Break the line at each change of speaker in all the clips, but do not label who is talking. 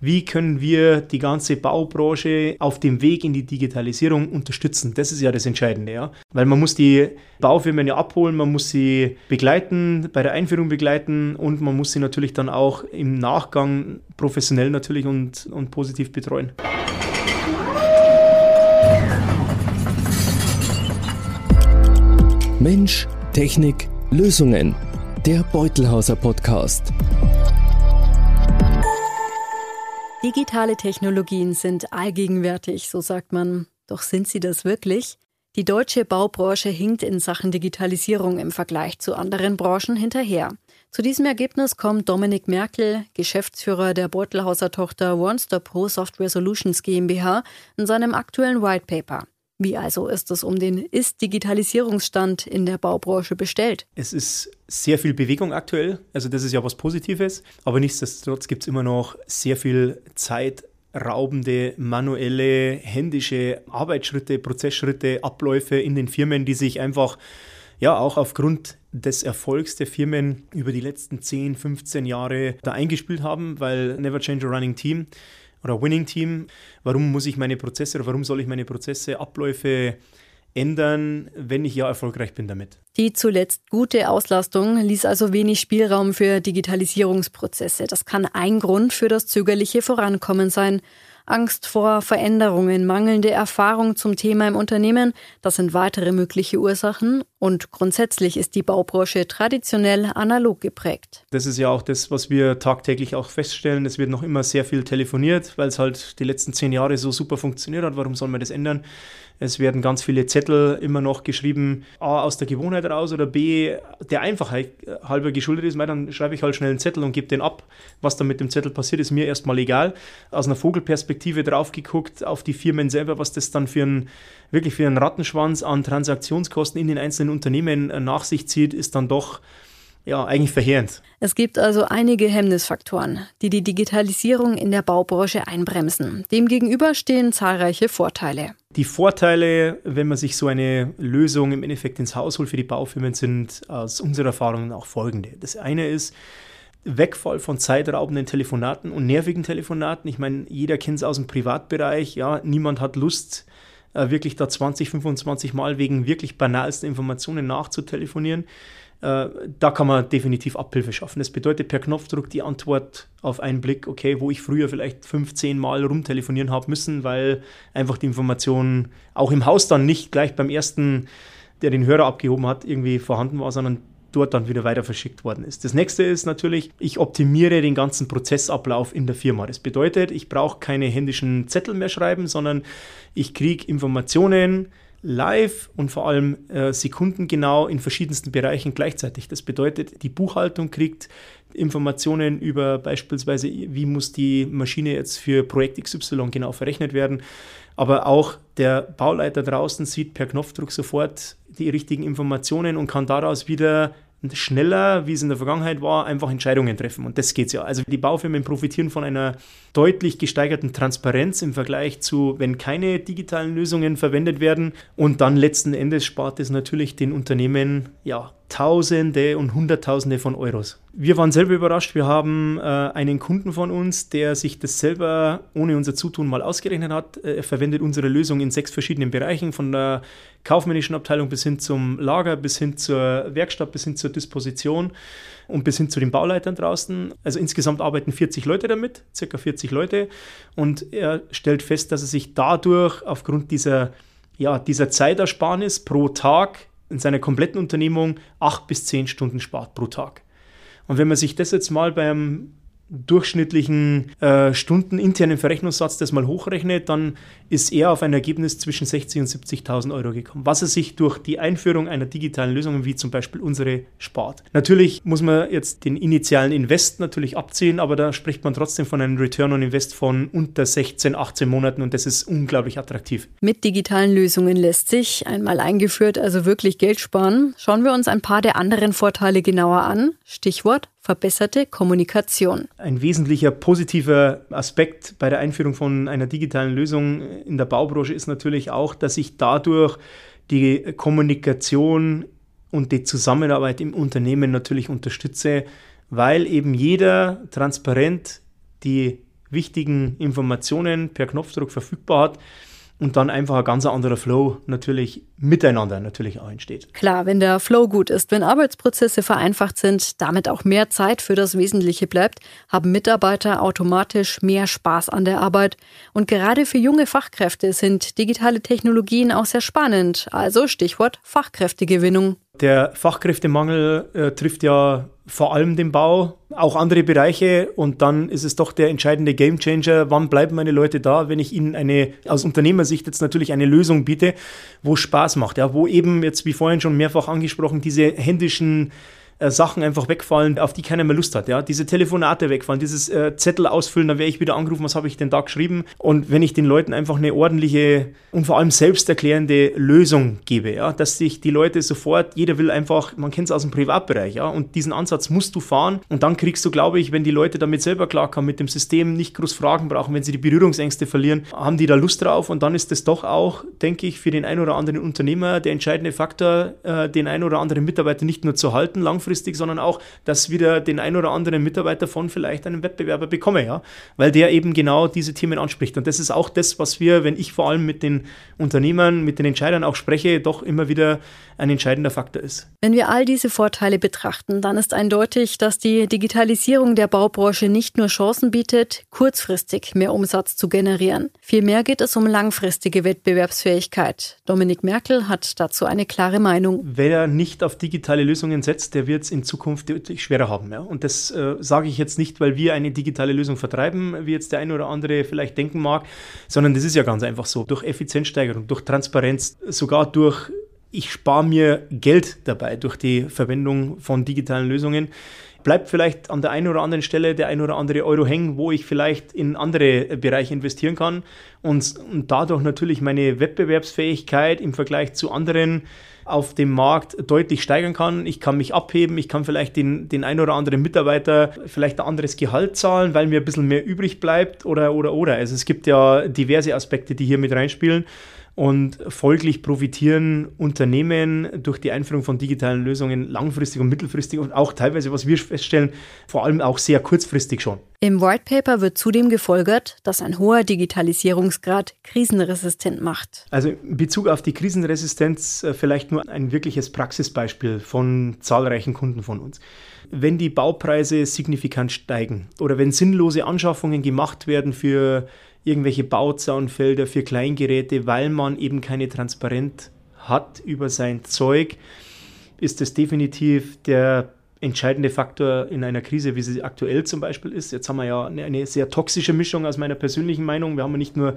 wie können wir die ganze Baubranche auf dem Weg in die Digitalisierung unterstützen. Das ist ja das Entscheidende, ja. Weil man muss die Baufirmen ja abholen, man muss sie begleiten, bei der Einführung begleiten und man muss sie natürlich dann auch im Nachgang professionell natürlich und positiv betreuen.
Mensch, Technik, Lösungen. Der Beutelhauser Podcast.
Digitale Technologien sind allgegenwärtig, so sagt man. Doch sind sie das wirklich? Die deutsche Baubranche hinkt in Sachen Digitalisierung im Vergleich zu anderen Branchen hinterher. Zu diesem Ergebnis kommt Dominik Merkel, Geschäftsführer der Beutelhauser Tochter OneStop Pro Software Solutions GmbH, in seinem aktuellen White Paper. Wie also ist es um den Ist-Digitalisierungsstand in der Baubranche bestellt?
Es ist sehr viel Bewegung aktuell, also das ist ja was Positives, aber nichtsdestotrotz gibt es immer noch sehr viel zeitraubende, manuelle, händische Arbeitsschritte, Prozessschritte, Abläufe in den Firmen, die sich einfach ja auch aufgrund des Erfolgs der Firmen über die letzten 10, 15 Jahre da eingespielt haben, weil never change a running team oder Winning Team. Warum muss ich meine Prozesse oder warum soll ich meine Prozesse, Abläufe ändern, wenn ich ja erfolgreich bin damit?
Die zuletzt gute Auslastung ließ also wenig Spielraum für Digitalisierungsprozesse. Das kann ein Grund für das zögerliche Vorankommen sein. Angst vor Veränderungen, mangelnde Erfahrung zum Thema im Unternehmen, das sind weitere mögliche Ursachen. Und grundsätzlich ist die Baubranche traditionell analog geprägt.
Das ist ja auch das, was wir tagtäglich auch feststellen. Es wird noch immer sehr viel telefoniert, weil es halt die letzten 10 Jahre so super funktioniert hat. Warum soll man das ändern? Es werden ganz viele Zettel immer noch geschrieben, A, aus der Gewohnheit raus oder B, der Einfachheit halber geschuldet ist. Dann schreibe ich halt schnell einen Zettel und gebe den ab. Was dann mit dem Zettel passiert, ist mir erstmal egal. Aus einer Vogelperspektive drauf geguckt, auf die Firmen selber, was das dann für einen Rattenschwanz an Transaktionskosten in den einzelnen Unternehmen nach sich zieht, ist dann doch ja eigentlich verheerend.
Es gibt also einige Hemmnisfaktoren, die die Digitalisierung in der Baubranche einbremsen. Demgegenüber stehen zahlreiche Vorteile.
Die Vorteile, wenn man sich so eine Lösung im Endeffekt ins Haus holt für die Baufirmen, sind aus unserer Erfahrung auch folgende. Das eine ist Wegfall von zeitraubenden Telefonaten und nervigen Telefonaten. Ich meine, jeder kennt es aus dem Privatbereich. Ja, niemand hat Lust, wirklich da 20, 25 Mal wegen wirklich banalsten Informationen nachzutelefonieren. Da kann man definitiv Abhilfe schaffen. Das bedeutet per Knopfdruck die Antwort auf einen Blick, okay, wo ich früher vielleicht 15 Mal rumtelefonieren habe müssen, weil einfach die Information auch im Haus dann nicht gleich beim ersten, der den Hörer abgehoben hat, irgendwie vorhanden war, sondern dort dann wieder weiter verschickt worden ist. Das nächste ist natürlich, ich optimiere den ganzen Prozessablauf in der Firma. Das bedeutet, ich brauche keine händischen Zettel mehr schreiben, sondern ich kriege Informationen live und vor allem sekundengenau in verschiedensten Bereichen gleichzeitig. Das bedeutet, die Buchhaltung kriegt Informationen über beispielsweise, wie muss die Maschine jetzt für Projekt XY genau verrechnet werden. Aber auch der Bauleiter draußen sieht per Knopfdruck sofort die richtigen Informationen und kann daraus wieder schneller, wie es in der Vergangenheit war, einfach Entscheidungen treffen. Und das geht's ja. Also die Baufirmen profitieren von einer deutlich gesteigerten Transparenz im Vergleich zu, wenn keine digitalen Lösungen verwendet werden. Und dann letzten Endes spart es natürlich den Unternehmen ja Tausende und Hunderttausende von Euros. Wir waren selber überrascht. Wir haben einen Kunden von uns, der sich das selber ohne unser Zutun mal ausgerechnet hat. Er verwendet unsere Lösung in 6 verschiedenen Bereichen, von der kaufmännischen Abteilung bis hin zum Lager, bis hin zur Werkstatt, bis hin zur Disposition und bis hin zu den Bauleitern draußen. Also insgesamt arbeiten 40 Leute damit, circa 40 Leute. Und er stellt fest, dass er sich dadurch aufgrund dieser Zeitersparnis pro Tag in seiner kompletten Unternehmung 8 bis 10 Stunden spart pro Tag. Und wenn man sich das jetzt mal beim durchschnittlichen stundeninternen Verrechnungssatz das mal hochrechnet, dann ist er auf ein Ergebnis zwischen 60.000 und 70.000 Euro gekommen, was er sich durch die Einführung einer digitalen Lösung wie zum Beispiel unsere spart. Natürlich muss man jetzt den initialen Invest natürlich abziehen, aber da spricht man trotzdem von einem Return on Invest von unter 16, 18 Monaten und das ist unglaublich attraktiv.
Mit digitalen Lösungen lässt sich, einmal eingeführt, also wirklich Geld sparen. Schauen wir uns ein paar der anderen Vorteile genauer an. Stichwort verbesserte Kommunikation.
Ein wesentlicher positiver Aspekt bei der Einführung von einer digitalen Lösung in der Baubranche ist natürlich auch, dass ich dadurch die Kommunikation und die Zusammenarbeit im Unternehmen natürlich unterstütze, weil eben jeder transparent die wichtigen Informationen per Knopfdruck verfügbar hat und dann einfach ein ganz anderer Flow miteinander auch entsteht.
Klar, wenn der Flow gut ist, wenn Arbeitsprozesse vereinfacht sind, damit auch mehr Zeit für das Wesentliche bleibt, haben Mitarbeiter automatisch mehr Spaß an der Arbeit. Und gerade für junge Fachkräfte sind digitale Technologien auch sehr spannend. Also Stichwort Fachkräftegewinnung.
Der Fachkräftemangel trifft ja vor allem den Bau, auch andere Bereiche, und dann ist es doch der entscheidende Gamechanger, wann bleiben meine Leute da, wenn ich ihnen aus Unternehmersicht jetzt natürlich eine Lösung biete, wo Spaß macht, ja, wo eben jetzt, wie vorhin schon mehrfach angesprochen, diese händischen Sachen einfach wegfallen, auf die keiner mehr Lust hat. Ja? Diese Telefonate wegfallen, dieses Zettel ausfüllen, dann werde ich wieder angerufen, was habe ich denn da geschrieben? Und wenn ich den Leuten einfach eine ordentliche und vor allem selbsterklärende Lösung gebe, ja? Dass sich die Leute sofort, jeder will einfach, man kennt es aus dem Privatbereich, ja? Und diesen Ansatz musst du fahren, und dann kriegst du, glaube ich, wenn die Leute damit selber klarkommen, mit dem System nicht groß Fragen brauchen, wenn sie die Berührungsängste verlieren, haben die da Lust drauf, und dann ist das doch auch, denke ich, für den einen oder anderen Unternehmer der entscheidende Faktor, den einen oder anderen Mitarbeiter nicht nur zu halten, langfristig, sondern auch, dass wieder den ein oder anderen Mitarbeiter von vielleicht einem Wettbewerber bekomme, ja, weil der eben genau diese Themen anspricht. Und das ist auch das, was wir, wenn ich vor allem mit den Unternehmern, mit den Entscheidern auch spreche, doch immer wieder ein entscheidender Faktor ist.
Wenn wir all diese Vorteile betrachten, dann ist eindeutig, dass die Digitalisierung der Baubranche nicht nur Chancen bietet, kurzfristig mehr Umsatz zu generieren. Vielmehr geht es um langfristige Wettbewerbsfähigkeit. Dominik Merkel hat dazu eine klare Meinung.
Wer nicht auf digitale Lösungen setzt, der wird es in Zukunft deutlich schwerer haben. Ja? Und das sage ich jetzt nicht, weil wir eine digitale Lösung vertreiben, wie jetzt der eine oder andere vielleicht denken mag, sondern das ist ja ganz einfach so. Durch Effizienzsteigerung, durch Transparenz, sogar durch ich spare mir Geld dabei durch die Verwendung von digitalen Lösungen. Bleibt vielleicht an der einen oder anderen Stelle der ein oder andere Euro hängen, wo ich vielleicht in andere Bereiche investieren kann und dadurch natürlich meine Wettbewerbsfähigkeit im Vergleich zu anderen auf dem Markt deutlich steigern kann. Ich kann mich abheben, ich kann vielleicht den ein oder anderen Mitarbeiter vielleicht ein anderes Gehalt zahlen, weil mir ein bisschen mehr übrig bleibt oder. Also es gibt ja diverse Aspekte, die hier mit reinspielen. Und folglich profitieren Unternehmen durch die Einführung von digitalen Lösungen langfristig und mittelfristig und auch teilweise, was wir feststellen, vor allem auch sehr kurzfristig schon.
Im White Paper wird zudem gefolgert, dass ein hoher Digitalisierungsgrad krisenresistent macht.
Also in Bezug auf die Krisenresistenz vielleicht nur ein wirkliches Praxisbeispiel von zahlreichen Kunden von uns. Wenn die Baupreise signifikant steigen oder wenn sinnlose Anschaffungen gemacht werden für irgendwelche Bauzaunfelder, für Kleingeräte, weil man eben keine Transparenz hat über sein Zeug, ist das definitiv der entscheidende Faktor in einer Krise, wie sie aktuell zum Beispiel ist. Jetzt haben wir ja eine sehr toxische Mischung aus meiner persönlichen Meinung. Wir haben ja nicht nur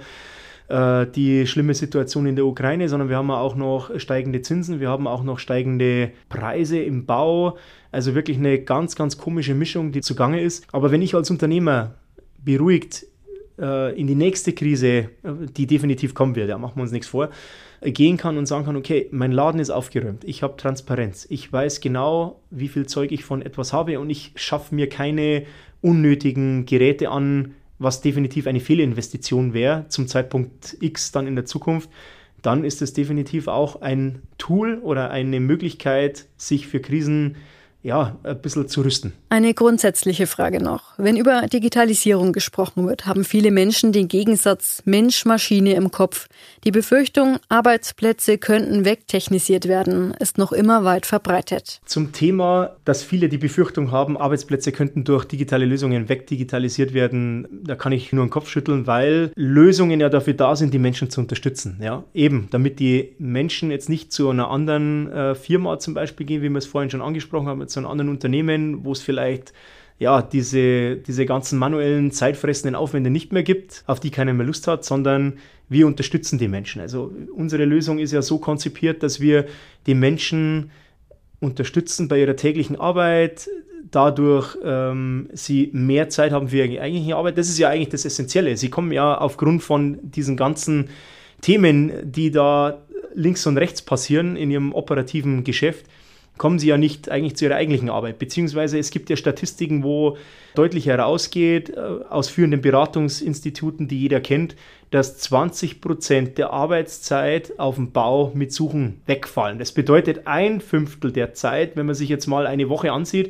die schlimme Situation in der Ukraine, sondern wir haben auch noch steigende Zinsen, wir haben auch noch steigende Preise im Bau. Also wirklich eine ganz, ganz komische Mischung, die zugange ist. Aber wenn ich als Unternehmer beruhigt in die nächste Krise, die definitiv kommen wird, ja, machen wir uns nichts vor, gehen kann und sagen kann, okay, mein Laden ist aufgeräumt, ich habe Transparenz, ich weiß genau, wie viel Zeug ich von etwas habe und ich schaffe mir keine unnötigen Geräte an, was definitiv eine Fehlinvestition wäre zum Zeitpunkt X dann in der Zukunft, dann ist es definitiv auch ein Tool oder eine Möglichkeit, sich für Krisen ein bisschen zu rüsten.
Eine grundsätzliche Frage noch. Wenn über Digitalisierung gesprochen wird, haben viele Menschen den Gegensatz Mensch-Maschine im Kopf. Die Befürchtung, Arbeitsplätze könnten wegtechnisiert werden, ist noch immer weit verbreitet.
Zum Thema, dass viele die Befürchtung haben, Arbeitsplätze könnten durch digitale Lösungen wegdigitalisiert werden, da kann ich nur den Kopf schütteln, weil Lösungen ja dafür da sind, die Menschen zu unterstützen. Ja? Eben, damit die Menschen jetzt nicht zu einer anderen Firma zum Beispiel gehen, wie wir es vorhin schon angesprochen haben, zu einem anderen Unternehmen, wo es vielleicht diese ganzen manuellen, zeitfressenden Aufwände nicht mehr gibt, auf die keiner mehr Lust hat, sondern wir unterstützen die Menschen. Also unsere Lösung ist ja so konzipiert, dass wir die Menschen unterstützen bei ihrer täglichen Arbeit, dadurch sie mehr Zeit haben für ihre eigentliche Arbeit. Das ist ja eigentlich das Essentielle. Sie kommen ja aufgrund von diesen ganzen Themen, die da links und rechts passieren in ihrem operativen Geschäft, kommen sie ja nicht eigentlich zu ihrer eigentlichen Arbeit. Beziehungsweise es gibt ja Statistiken, wo deutlich herausgeht, aus führenden Beratungsinstituten, die jeder kennt, dass 20% der Arbeitszeit auf dem Bau mit Suchen wegfallen. Das bedeutet 1/5 der Zeit, wenn man sich jetzt mal eine Woche ansieht,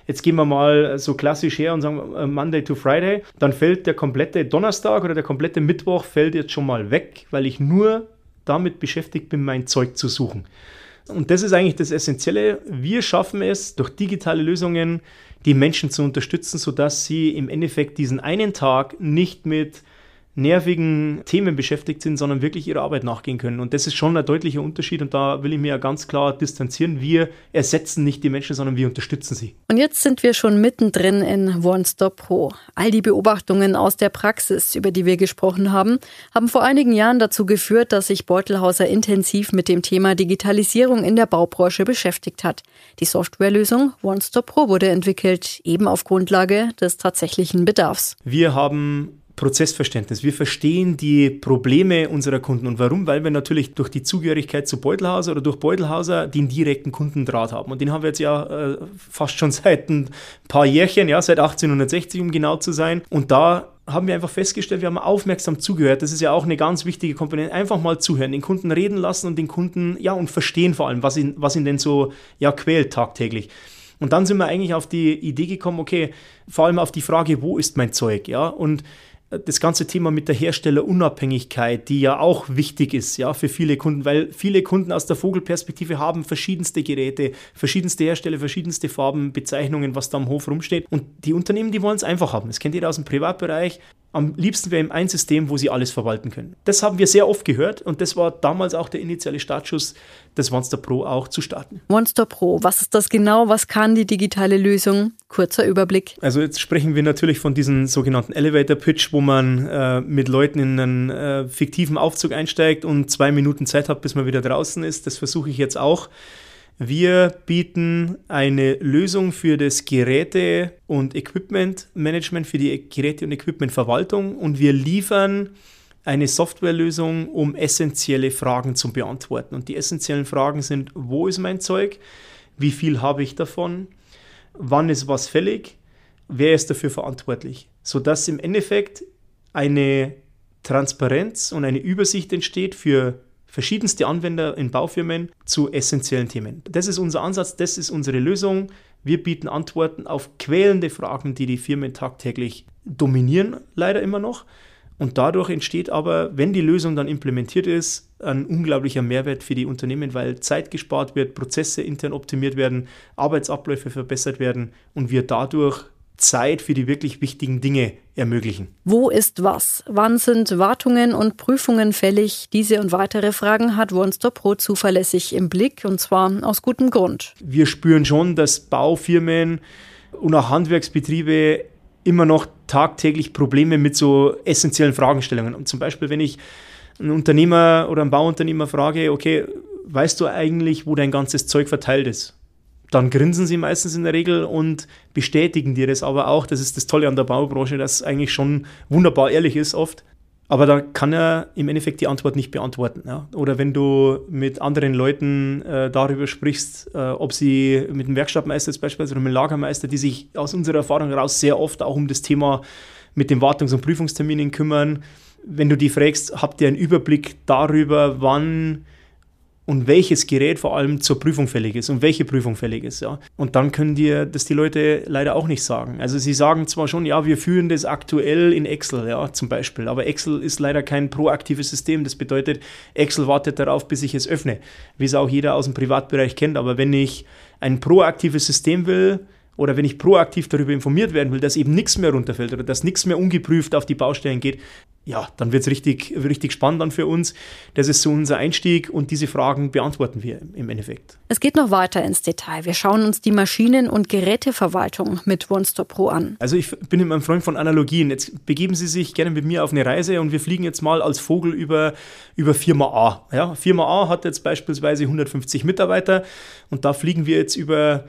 jetzt gehen wir mal so klassisch her und sagen Monday to Friday, dann fällt der komplette Donnerstag oder der komplette Mittwoch fällt jetzt schon mal weg, weil ich nur damit beschäftigt bin, mein Zeug zu suchen. Und das ist eigentlich das Essentielle. Wir schaffen es, durch digitale Lösungen die Menschen zu unterstützen, sodass sie im Endeffekt diesen einen Tag nicht mit nervigen Themen beschäftigt sind, sondern wirklich ihrer Arbeit nachgehen können. Und das ist schon ein deutlicher Unterschied und da will ich mir ja ganz klar distanzieren. Wir ersetzen nicht die Menschen, sondern wir unterstützen sie.
Und jetzt sind wir schon mittendrin in OneStop-Pro. All die Beobachtungen aus der Praxis, über die wir gesprochen haben, haben vor einigen Jahren dazu geführt, dass sich Beutelhauser intensiv mit dem Thema Digitalisierung in der Baubranche beschäftigt hat. Die Softwarelösung OneStop-Pro wurde entwickelt, eben auf Grundlage des tatsächlichen Bedarfs.
Wir haben Prozessverständnis. Wir verstehen die Probleme unserer Kunden. Und warum? Weil wir natürlich durch die Zugehörigkeit zu Beutelhauser oder durch Beutelhauser den direkten Kundendraht haben. Und den haben wir jetzt ja fast schon seit ein paar Jährchen, ja, seit 1860, um genau zu sein. Und da haben wir einfach festgestellt, wir haben aufmerksam zugehört. Das ist ja auch eine ganz wichtige Komponente. Einfach mal zuhören, den Kunden reden lassen und den Kunden, ja, und verstehen vor allem, was ihn denn so, ja, quält tagtäglich. Und dann sind wir eigentlich auf die Idee gekommen, okay, vor allem auf die Frage, wo ist mein Zeug, ja, und das ganze Thema mit der Herstellerunabhängigkeit, die ja auch wichtig ist, ja, für viele Kunden, weil viele Kunden aus der Vogelperspektive haben verschiedenste Geräte, verschiedenste Hersteller, verschiedenste Farben, Bezeichnungen, was da am Hof rumsteht. Und die Unternehmen, die wollen es einfach haben. Das kennt jeder aus dem Privatbereich. Am liebsten wäre ein System, wo sie alles verwalten können. Das haben wir sehr oft gehört und das war damals auch der initiale Startschuss, das OneStop-Pro auch zu starten.
OneStop-Pro, was ist das genau? Was kann die digitale Lösung? Kurzer Überblick.
Also jetzt sprechen wir natürlich von diesem sogenannten Elevator-Pitch, wo man mit Leuten in einen fiktiven Aufzug einsteigt und 2 Minuten Zeit hat, bis man wieder draußen ist. Das versuche ich jetzt auch. Wir bieten eine Lösung für das Geräte- und Equipment-Management, für die Geräte- und Equipment-Verwaltung und wir liefern eine Softwarelösung, um essentielle Fragen zu beantworten. Und die essentiellen Fragen sind, wo ist mein Zeug, wie viel habe ich davon, wann ist was fällig, wer ist dafür verantwortlich, sodass im Endeffekt eine Transparenz und eine Übersicht entsteht für verschiedenste Anwender in Baufirmen zu essentiellen Themen. Das ist unser Ansatz, das ist unsere Lösung. Wir bieten Antworten auf quälende Fragen, die die Firmen tagtäglich dominieren, leider immer noch. Und dadurch entsteht aber, wenn die Lösung dann implementiert ist, ein unglaublicher Mehrwert für die Unternehmen, weil Zeit gespart wird, Prozesse intern optimiert werden, Arbeitsabläufe verbessert werden und wir dadurch Zeit für die wirklich wichtigen Dinge ermöglichen.
Wo ist was? Wann sind Wartungen und Prüfungen fällig? Diese und weitere Fragen hat OneStop-Pro zuverlässig im Blick und zwar aus gutem Grund.
Wir spüren schon, dass Baufirmen und auch Handwerksbetriebe immer noch tagtäglich Probleme mit so essentiellen Fragestellungen haben. Zum Beispiel, wenn ich einen Unternehmer oder einen Bauunternehmer frage, okay, weißt du eigentlich, wo dein ganzes Zeug verteilt ist? Dann grinsen sie meistens in der Regel und bestätigen dir das aber auch. Das ist das Tolle an der Baubranche, dass es eigentlich schon wunderbar ehrlich ist oft. Aber da kann er im Endeffekt die Antwort nicht beantworten. Ja? Oder wenn du mit anderen Leuten darüber sprichst, ob sie mit dem Werkstattmeister jetzt beispielsweise oder mit dem Lagermeister, die sich aus unserer Erfahrung heraus sehr oft auch um das Thema mit den Wartungs- und Prüfungsterminen kümmern. Wenn du die fragst, habt ihr einen Überblick darüber, wann und welches Gerät vor allem zur Prüfung fällig ist und welche Prüfung fällig ist. Ja. Und dann können dir das die Leute leider auch nicht sagen. Also sie sagen zwar schon, ja, wir führen das aktuell in Excel, ja, zum Beispiel, aber Excel ist leider kein proaktives System. Das bedeutet, Excel wartet darauf, bis ich es öffne, wie es auch jeder aus dem Privatbereich kennt. Aber wenn ich ein proaktives System will, oder wenn ich proaktiv darüber informiert werden will, dass eben nichts mehr runterfällt oder dass nichts mehr ungeprüft auf die Baustellen geht, ja, dann wird es richtig spannend dann für uns. Das ist so unser Einstieg und diese Fragen beantworten wir im Endeffekt.
Es geht noch weiter ins Detail. Wir schauen uns die Maschinen- und Geräteverwaltung mit OneStop-Pro an.
Also ich bin immer ein Freund von Analogien. Jetzt begeben Sie sich gerne mit mir auf eine Reise und wir fliegen jetzt mal als Vogel über Firma A. Ja, Firma A hat jetzt beispielsweise 150 Mitarbeiter und da fliegen wir jetzt über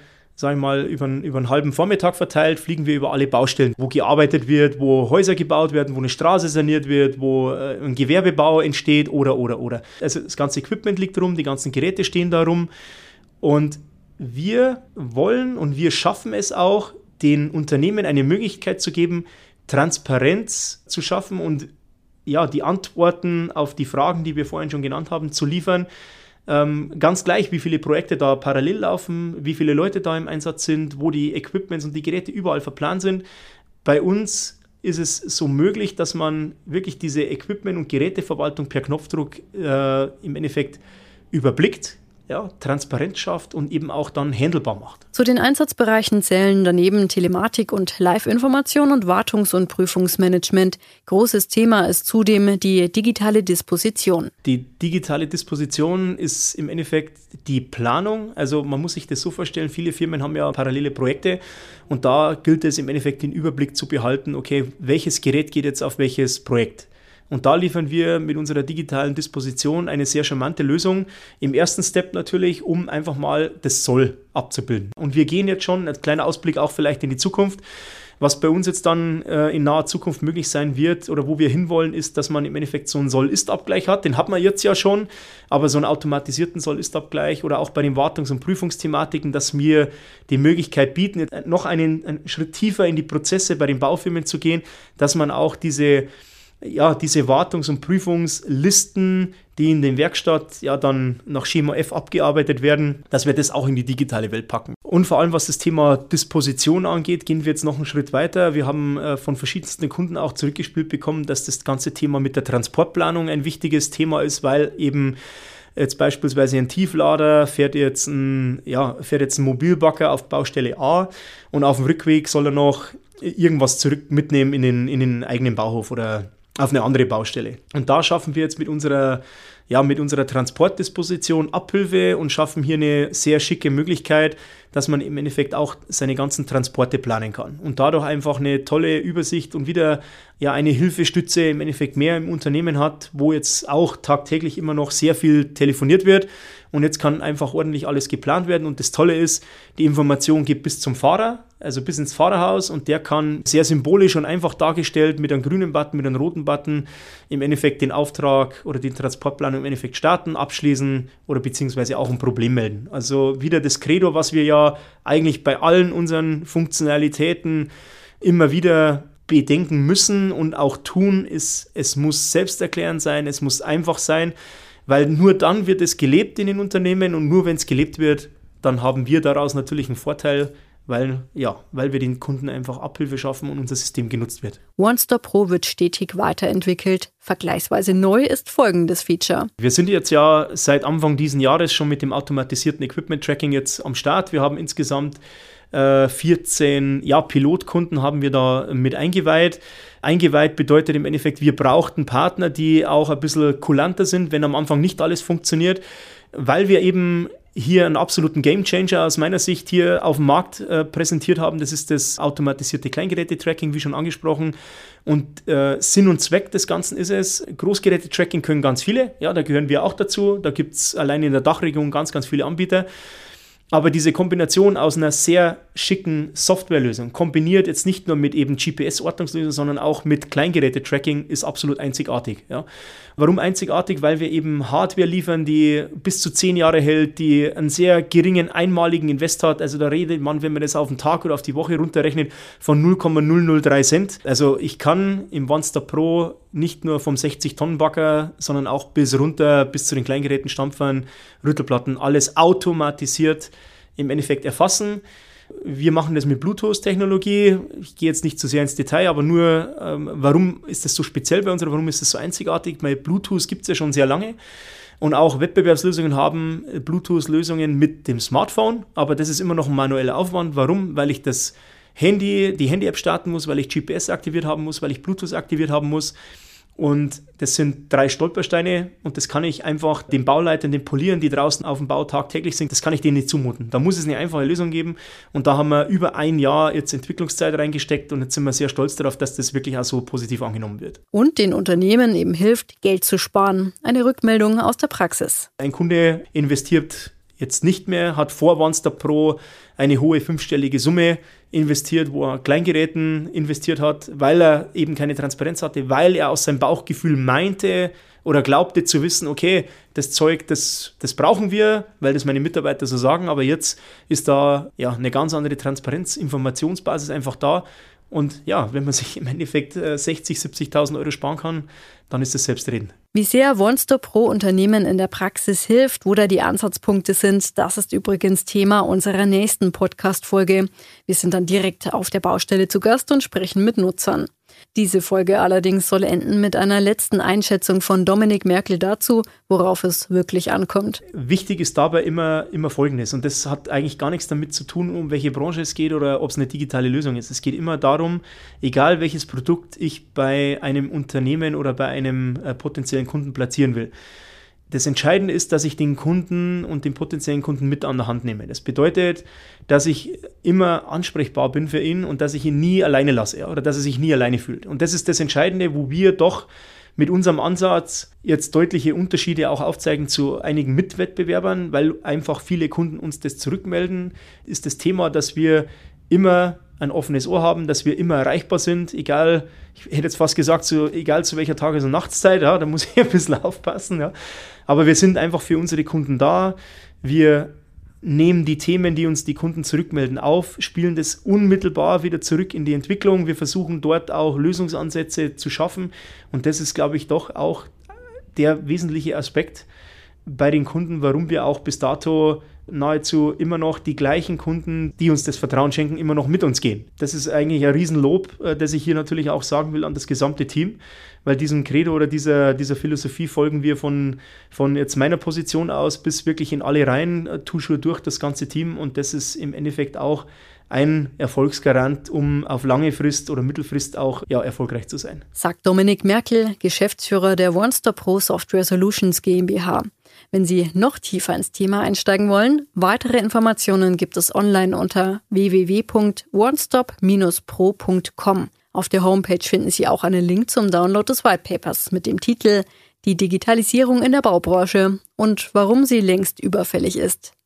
einen halben Vormittag verteilt, fliegen wir über alle Baustellen, wo gearbeitet wird, wo Häuser gebaut werden, wo eine Straße saniert wird, wo ein Gewerbebau entsteht oder. Also das ganze Equipment liegt rum, die ganzen Geräte stehen da rum und wir wollen und wir schaffen es auch, den Unternehmen eine Möglichkeit zu geben, Transparenz zu schaffen und ja, die Antworten auf die Fragen, die wir vorhin schon genannt haben, zu liefern, Ganz gleich, wie viele Projekte da parallel laufen, wie viele Leute da im Einsatz sind, wo die Equipments und die Geräte überall verplant sind. Bei uns ist es so möglich, dass man wirklich diese Equipment- und Geräteverwaltung per Knopfdruck im Endeffekt überblickt, ja, Transparenz schafft und eben auch dann handelbar macht.
Zu den Einsatzbereichen zählen daneben Telematik und Live-Information und Wartungs- und Prüfungsmanagement. Großes Thema ist zudem die digitale Disposition.
Die digitale Disposition ist im Endeffekt die Planung. Also man muss sich das so vorstellen, viele Firmen haben ja parallele Projekte und da gilt es im Endeffekt den Überblick zu behalten, okay, welches Gerät geht jetzt auf welches Projekt. Und da liefern wir mit unserer digitalen Disposition eine sehr charmante Lösung. Im ersten Step natürlich, um einfach mal das Soll abzubilden. Und wir gehen jetzt schon, ein kleiner Ausblick auch vielleicht in die Zukunft. Was bei uns jetzt dann in naher Zukunft möglich sein wird oder wo wir hinwollen, ist, dass man im Endeffekt so einen Soll-Ist-Abgleich hat. Den hat man jetzt ja schon, aber so einen automatisierten Soll-Ist-Abgleich oder auch bei den Wartungs- und Prüfungsthematiken, dass wir die Möglichkeit bieten, noch einen Schritt tiefer in die Prozesse bei den Baufirmen zu gehen, dass man auch diese Wartungs- und Prüfungslisten, die in der Werkstatt ja dann nach Schema F abgearbeitet werden, dass wir das auch in die digitale Welt packen. Und vor allem, was das Thema Disposition angeht, gehen wir jetzt noch einen Schritt weiter. Wir haben von verschiedensten Kunden auch zurückgespielt bekommen, dass das ganze Thema mit der Transportplanung ein wichtiges Thema ist, weil eben jetzt beispielsweise ein Tieflader fährt jetzt ein Mobilbagger auf Baustelle A und auf dem Rückweg soll er noch irgendwas zurück mitnehmen in den eigenen Bauhof oder auf eine andere Baustelle. Und da schaffen wir jetzt mit unserer Transportdisposition Abhilfe und schaffen hier eine sehr schicke Möglichkeit, dass man im Endeffekt auch seine ganzen Transporte planen kann. Und dadurch einfach eine tolle Übersicht und wieder eine Hilfestütze im Endeffekt mehr im Unternehmen hat, wo jetzt auch tagtäglich immer noch sehr viel telefoniert wird. Und jetzt kann einfach ordentlich alles geplant werden. Und das Tolle ist, die Information geht bis zum Fahrer, also bis ins Fahrerhaus. Und der kann sehr symbolisch und einfach dargestellt mit einem grünen Button, mit einem roten Button im Endeffekt den Auftrag oder die Transportplanung im Endeffekt starten, abschließen oder beziehungsweise auch ein Problem melden. Also wieder das Credo, was wir ja eigentlich bei allen unseren Funktionalitäten immer wieder bedenken müssen und auch tun, ist, es muss selbsterklärend sein, es muss einfach sein, weil nur dann wird es gelebt in den Unternehmen und nur wenn es gelebt wird, dann haben wir daraus natürlich einen Vorteil, weil wir den Kunden einfach Abhilfe schaffen und unser System genutzt wird.
OneStop Pro wird stetig weiterentwickelt. Vergleichsweise neu ist folgendes Feature.
Wir sind jetzt ja seit Anfang dieses Jahres schon mit dem automatisierten Equipment-Tracking jetzt am Start. Wir haben insgesamt 14 Pilotkunden haben wir da mit eingeweiht. Eingeweiht bedeutet im Endeffekt, wir brauchten Partner, die auch ein bisschen kulanter sind, wenn am Anfang nicht alles funktioniert, weil wir eben hier einen absoluten Gamechanger aus meiner Sicht hier auf dem Markt präsentiert haben. Das ist das automatisierte Kleingeräte-Tracking, wie schon angesprochen. Und Sinn und Zweck des Ganzen ist es, Großgeräte-Tracking können ganz viele, ja, da gehören wir auch dazu. Da gibt es allein in der Dachregion ganz, ganz viele Anbieter. Aber diese Kombination aus einer sehr schicken Softwarelösung, kombiniert jetzt nicht nur mit eben GPS-Ortungslösung, sondern auch mit Kleingeräte-Tracking, ist absolut einzigartig. Ja. Warum einzigartig? Weil wir eben Hardware liefern, die bis zu 10 Jahre hält, die einen sehr geringen einmaligen Invest hat. Also da redet man, wenn man das auf den Tag oder auf die Woche runterrechnet, von 0,003 Cent. Also ich kann im OneStop Pro nicht nur vom 60-Tonnen-Bagger, sondern auch bis runter, bis zu den Kleingeräten, Stampfern, Rüttelplatten, alles automatisiert im Endeffekt erfassen. Wir machen das mit Bluetooth-Technologie. Ich gehe jetzt nicht zu sehr ins Detail, aber nur, warum ist das so speziell bei uns oder warum ist das so einzigartig? Weil Bluetooth gibt es ja schon sehr lange und auch Wettbewerbslösungen haben Bluetooth-Lösungen mit dem Smartphone, aber das ist immer noch ein manueller Aufwand. Warum? Weil ich die Handy-App starten muss, weil ich GPS aktiviert haben muss, weil ich Bluetooth aktiviert haben muss. Und das sind 3 Stolpersteine und das kann ich einfach den Bauleitern, den Polieren, die draußen auf dem Bau tagtäglich sind, das kann ich denen nicht zumuten. Da muss es eine einfache Lösung geben und da haben wir über ein Jahr jetzt Entwicklungszeit reingesteckt und jetzt sind wir sehr stolz darauf, dass das wirklich auch so positiv angenommen wird.
Und den Unternehmen eben hilft, Geld zu sparen. Eine Rückmeldung aus der Praxis.
Ein Kunde investiert jetzt nicht mehr, hat vor OneStop Pro eine hohe 5-stellige Summe investiert, wo er Kleingeräten investiert hat, weil er eben keine Transparenz hatte, weil er aus seinem Bauchgefühl meinte oder glaubte zu wissen, okay, das Zeug, das brauchen wir, weil das meine Mitarbeiter so sagen, aber jetzt ist da eine ganz andere Transparenz, Informationsbasis einfach da und wenn man sich im Endeffekt 60.000, 70.000 Euro sparen kann, dann ist das selbstredend.
Wie sehr OneStop Pro Unternehmen in der Praxis hilft, wo da die Ansatzpunkte sind, das ist übrigens Thema unserer nächsten Podcast-Folge. Wir sind dann direkt auf der Baustelle zu Gast und sprechen mit Nutzern. Diese Folge allerdings soll enden mit einer letzten Einschätzung von Dominik Merkel dazu, worauf es wirklich ankommt.
Wichtig ist dabei immer Folgendes, und das hat eigentlich gar nichts damit zu tun, um welche Branche es geht oder ob es eine digitale Lösung ist. Es geht immer darum, egal welches Produkt ich bei einem Unternehmen oder bei einem potenziellen Kunden platzieren will. Das Entscheidende ist, dass ich den Kunden und den potenziellen Kunden mit an der Hand nehme. Das bedeutet, dass ich immer ansprechbar bin für ihn und dass ich ihn nie alleine lasse, oder dass er sich nie alleine fühlt. Und das ist das Entscheidende, wo wir doch mit unserem Ansatz jetzt deutliche Unterschiede auch aufzeigen zu einigen Mitwettbewerbern, weil einfach viele Kunden uns das zurückmelden, ist das Thema, dass wir immer ein offenes Ohr haben, dass wir immer erreichbar sind, egal, ich hätte jetzt fast gesagt, egal zu welcher Tages- und Nachtszeit, ja, da muss ich ein bisschen aufpassen, ja. Aber wir sind einfach für unsere Kunden da, wir nehmen die Themen, die uns die Kunden zurückmelden, auf, spielen das unmittelbar wieder zurück in die Entwicklung, wir versuchen dort auch Lösungsansätze zu schaffen und das ist, glaube ich, doch auch der wesentliche Aspekt bei den Kunden, warum wir auch bis dato nahezu immer noch die gleichen Kunden, die uns das Vertrauen schenken, immer noch mit uns gehen. Das ist eigentlich ein Riesenlob, das ich hier natürlich auch sagen will an das gesamte Team, weil diesem Credo oder dieser Philosophie folgen wir von jetzt meiner Position aus bis wirklich in alle Reihen, Tuschur durch das ganze Team und das ist im Endeffekt auch ein Erfolgsgarant, um auf lange Frist oder Mittelfrist auch erfolgreich zu sein.
Sagt Dominik Merkel, Geschäftsführer der OneStop Pro Software Solutions GmbH. Wenn Sie noch tiefer ins Thema einsteigen wollen, weitere Informationen gibt es online unter www.onestop-pro.com. Auf der Homepage finden Sie auch einen Link zum Download des Whitepapers mit dem Titel »Die Digitalisierung in der Baubranche und warum sie längst überfällig ist«.